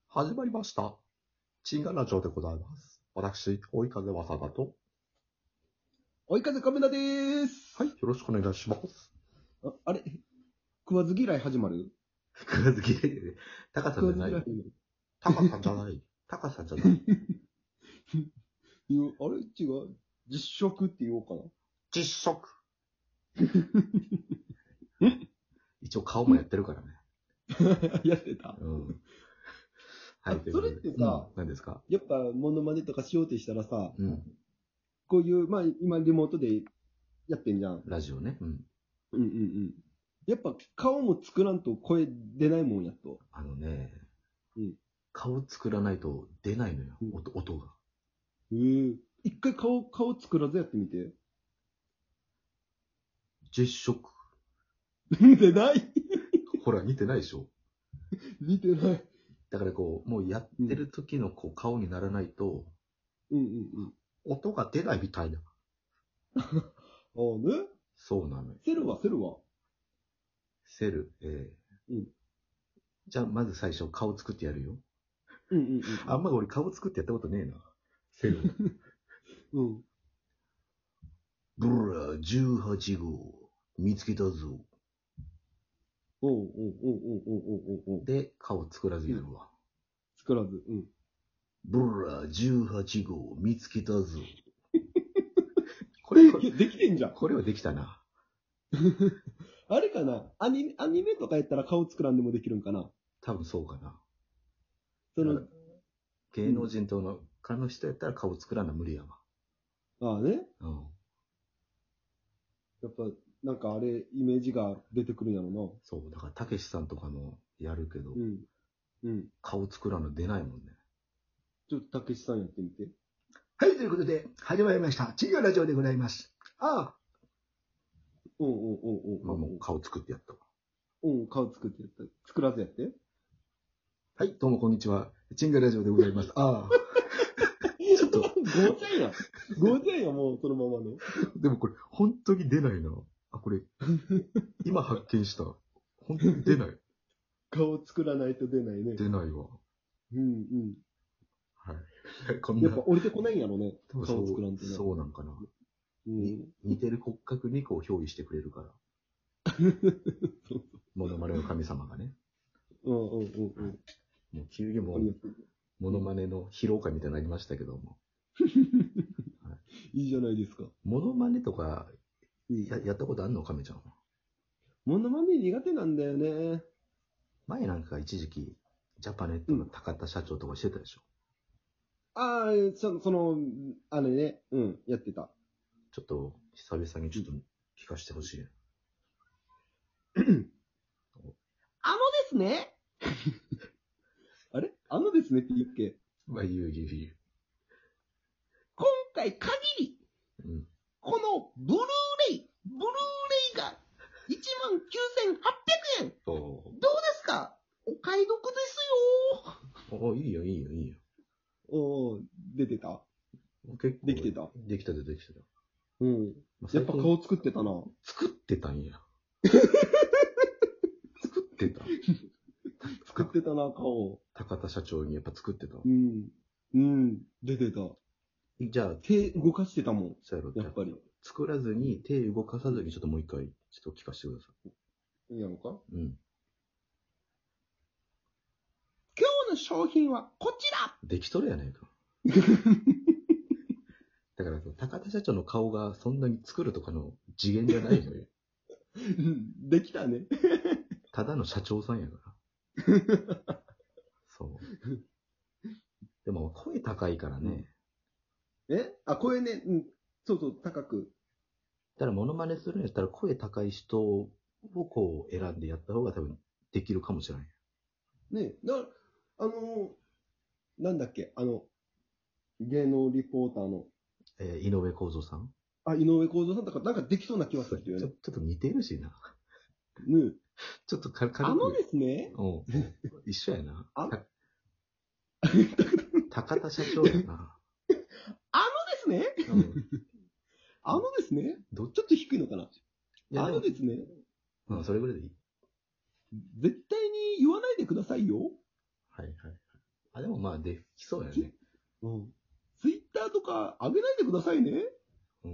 始まりました。チンガラジオでございます。私、追い風わさだと。 追い風カメラでーす。 はい、よろしくお願いします。 あれ食わず嫌い始まる食わず嫌いで、タカさんじゃない。タカさんじゃない。タカさんじゃない。 あれ違う。実食って言おうかな。 実食。一応顔もやってるからね。 やってた。 うん。はい。 それってさ、 何ですか？ やっぱモノマネとかしようとしたらさ、 うん。 こういう、まあ今リモートでやってんじゃん。 ラジオね。うん。 うんうんうん。やっぱ顔も作らんと声出ないもんやと。 うん。顔作らないと出ないのよ。音が。 一回顔作らずやってみて。 実食。 似てないほら、似てないでしょ。 似てない。 だからもうやってる時の顔にならないと、音が出ないみたいな。 ああね。 そうなのよ。 セルはセル、じゃあ、まず最初、顔作ってやるよ。あんま俺顔作ってやったことねえな。セル。ブラ18号、見つけたぞ。で、顔作らずやるわ。 作らず。 ブラ18号、見つけたぞ。これできてんじゃん。 これはできたな。 あれかなアニメとかやったら顔作らんでもできるんかな。 多分そうかな。 その、 芸能人との、他の人やったら顔作らな無理やわ。 ああね。 うん。 やっぱ、なんかあれ、イメージが出てくるんやろな。 そう、だから、たけしさんとかもやるけど、 うん。 顔作らな出ないもんね。 ちょっとたけしさんやってみて。 はい、ということで、始まりました。チンガラジオでございます。ああ。まあもう顔作ってやったわ。 顔作ってやった。作らずやって。 はい、どうもこんにちは。チンガラジオでございます。ああ。ちょっと。 ゴーちゃんや。ゴーちゃんや、もうそのままの。 でもこれ、本当に出ないな。あ、これ、今発見した。本当に出ない。 顔作らないと出ないね。 出ないわ。はい。こんな。 やっぱ降りてこないんやろね。 顔作らんとね。そうなんかな。似てる骨格に憑依してくれるから。モノマネの神様がね。もう急にもモノマネの披露会みたいになりましたけども。 いいじゃないですか。 モノマネとかやったことあんの？亀ちゃんは。 モノマネ苦手なんだよね。 前なんか一時期、ジャパネットの高田社長とかしてたでしょ。 ああ、あれね、やってた。 ちょっと、久々にちょっと聞かせてほしい。 ですねあれですねって言うっけ？ まあ、言う。 今回限り、このブルーレイが19,800円。どうですか？お買い得ですよ。 いいよ。 出てた？ 結構できてた？ できてた。 やっぱ顔作ってたな。 作ってたんや。 作ってたな、顔。 高田社長にやっぱ作ってた。 出てた。 じゃあ、 手動かしてたもん。 そうやろ。 やっぱり。 作らずに、手動かさずに、ちょっともう一回、ちょっと聞かせてください。 いいやろか？ 今日の商品はこちら。 できとるやないか。だから、高田社長の顔がそんなに作るとかの次元じゃないのよ。 できたね。 ただの社長さんやから。そう。でも、声高いからね。 声ね、そう、高く。 だから、モノマネするんやったら、声高い人を選んでやった方が多分できるかもしれない。 ね、だから、なんだっけ、芸能リポーターの。 井上公造さん。 井上公造さんとか、なんかできそうな気はするよね。 ちょっと似てるしな。 ねちょっと軽く。 ですね。 一緒やな。高田社長やな。 ですね。ですね。ちょっと低いのかな。ですね。 それぐらいでいい。 絶対に言わないでくださいよ。 はい。 あ、でもまあ、できそうやね。 うん。ツイッターとか上げないでくださいね。うん。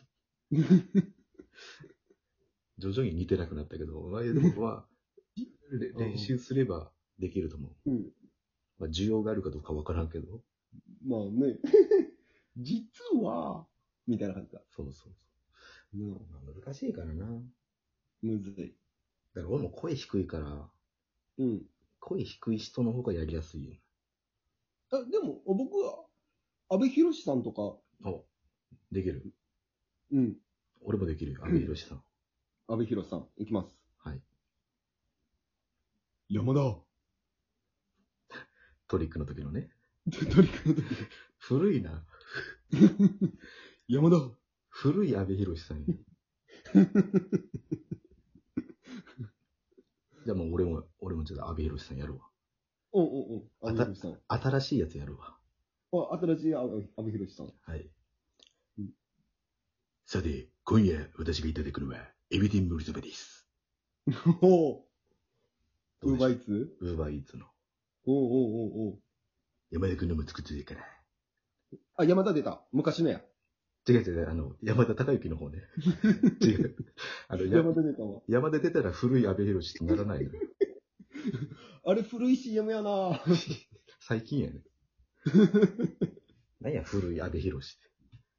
徐々に似てなくなったけど、まあ、練習すればできると思う。うん。まあ、需要があるかどうかわからんけど。 まあね。実は、みたいな感じだ。 そうそうそう。うん、難しいからな。 むずい。 だから俺も声低いから、うん。声低い人の方がやりやすいよ。 でも、僕は、阿部寛さんとか。 できる。うん。俺もできるよ、阿部寛さん。 阿部寛さん、いきます。はい。 山田。トリックの時のね。 トリックの時。 古いな。 山田。 古い阿部寛さんや。じゃあもう俺もちょっと阿部寛さんやるわ。 おう。阿部寛さん。 新しいやつやるわ。 新しい阿部寛さん。はい。 さて、今夜私がいただくのは、エビ天盛りそばです。 おウーバーイーツウーバーイーツの。 おう。 山田くんのも作ってるから。 あ、山田出た。昔のや。 違う、山田孝之の方ね。違う。 山田出たわ。 山田出たら古い阿部寛ってならないのよ。 あれ古い CM やな最近やね。何や、古い阿部寛って。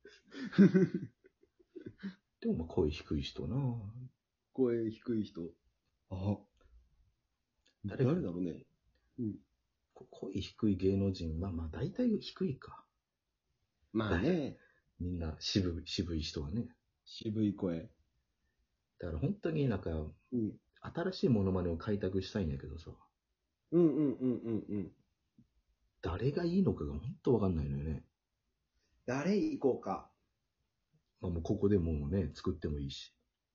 でもまあ声低い人な。 声低い人。あ。誰だろうね。 うん。声低い芸能人、まあ大体低いか。 まあね。 みんな渋い人はね。 渋い声。 だから本当になんか、新しいモノマネを開拓したいんだけどさ。 うん。 誰がいいのかが本当わかんないのよね。 誰行こうか。 まあもうここでもうね、作ってもいいし。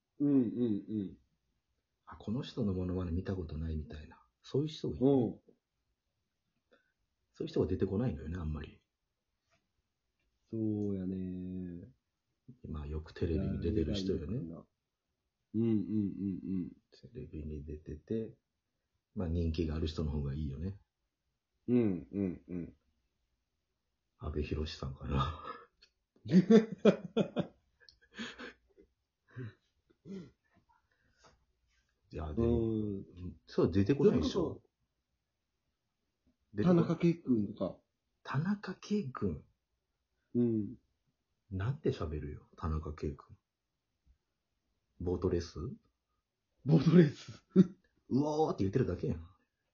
あ、この人のモノマネ見たことないみたいな。そういう人がいい、ね。そういう人が出てこないのよね、あんまり。 そうやね。 まあよくテレビに出てる人よね。テレビに出てて、まあ人気がある人の方がいいよね。阿部寛さんかな。いや、でも、そう出てこないでしょ。 田中圭君とか。 田中圭君。なんて喋るよ、田中圭君。ボートレースうおーって言ってるだけやん。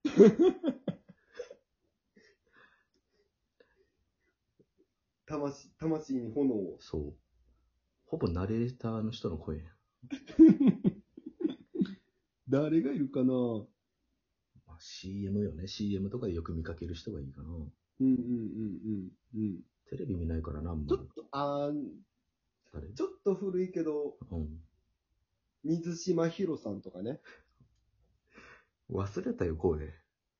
魂に炎を。 そう。ほぼナレーターの人の声やん。 誰がいるかな。 まあ、CM よね。CM とかでよく見かける人がいいかな。テレビ見ないからなんも。 ちょっと、ちょっと古いけど、水島ひろさんとかね。 忘れたよ、声。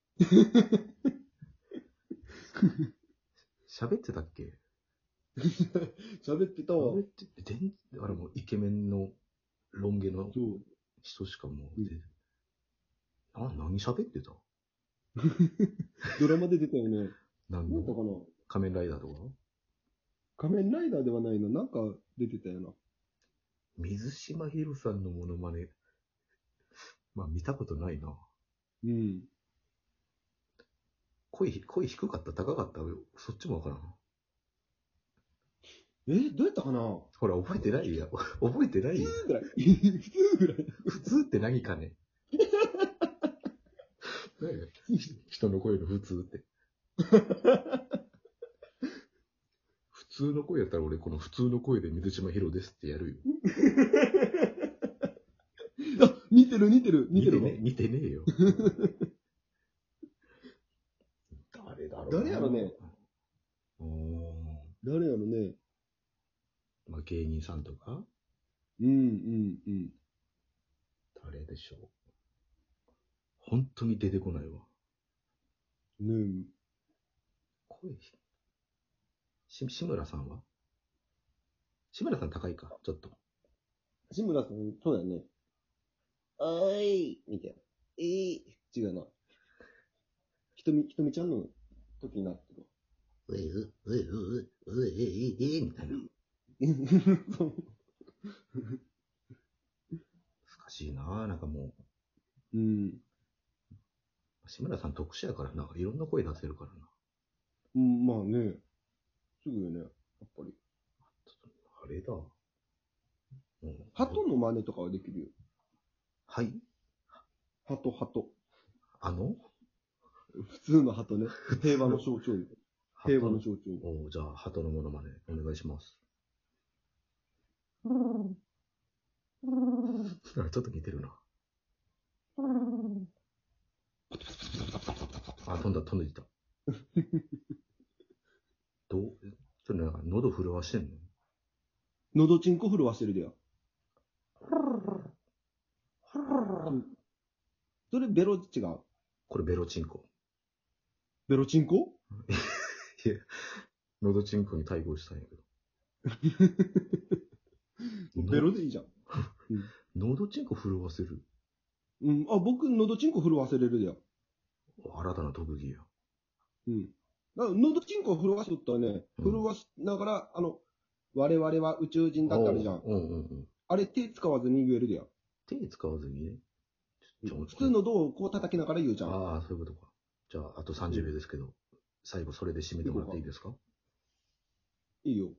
喋ってたっけ？ 喋ってたわ。 あれもうイケメンのロン毛の人しかもう何喋ってた？ ドラマで出たよね。 なんだかな？仮面ライダーとか？ 仮面ライダーではないの、なんか出てたよな。 水島ひろさんのモノマネ。まあ見たことないな。声低かった高かったそっちもわからん。 どうやったかな。 ほら、覚えてないや。覚えてないや。 普通ぐらい。 普通って何かね。人の声の普通って。普通の声やったら俺この普通の声で水島ひろですってやるよ。 あ、似てる。似てねえよ。 誰やろね。誰やろね。 まあ、芸人さんとか誰でしょう。本当に出てこないわ。声志村さんは？志村さん高いか、ちょっと。 志村さん、そうだよね。あーいみたいな。違うな。ひとみちゃんの時になってる。 みたいな。 そう。 難しいななんかもう。うん。 志村さん特殊やからな。いろんな声出せるからな。 うん、まあね。すぐよね。やっぱり。 あれだ。 うん、鳩の真似とかはできるよ。 はい。 鳩。普通の鳩ね。平和の象徴。平和の象徴。 おじゃあ、鳩のものまねお願いします。ちょっと似てるな。あ、飛んでいた。ちょっとなんか喉震わしてんの？ 喉チンコ震わしてるでよ。それベロ違う。 これベロチンコ。 ベロチンコいや、喉チンコに対応したんやけど。ベロでいいじゃん。 喉チンコ震わせる？ うん。あ、僕、喉チンコ震わせれるでよ。 新たな特技や。 うん。喉チンコ震わせとったらね、震わしながら、我々は宇宙人だってあるじゃん。あれ手使わずに言えるでよ。 手使わずにね。 普通の胴をこう叩きながら言うじゃん。 ああ、そういうことか。じゃあ、あと30秒ですけど、最後それで締めてもらっていいですか？ いいよ。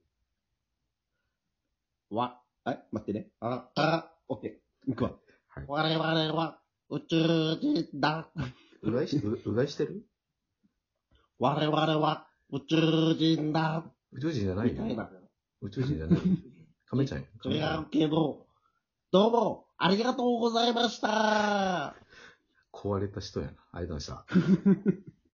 待ってね。オッケー。いくわ。はい、我々は宇宙人だ。 うがいしてる？ 我々は宇宙人だ。 宇宙人じゃないよ。宇宙人じゃない。亀ちゃんや。 違うけど、どうも、ありがとうございました。 壊れた人やな。ありがとうございました。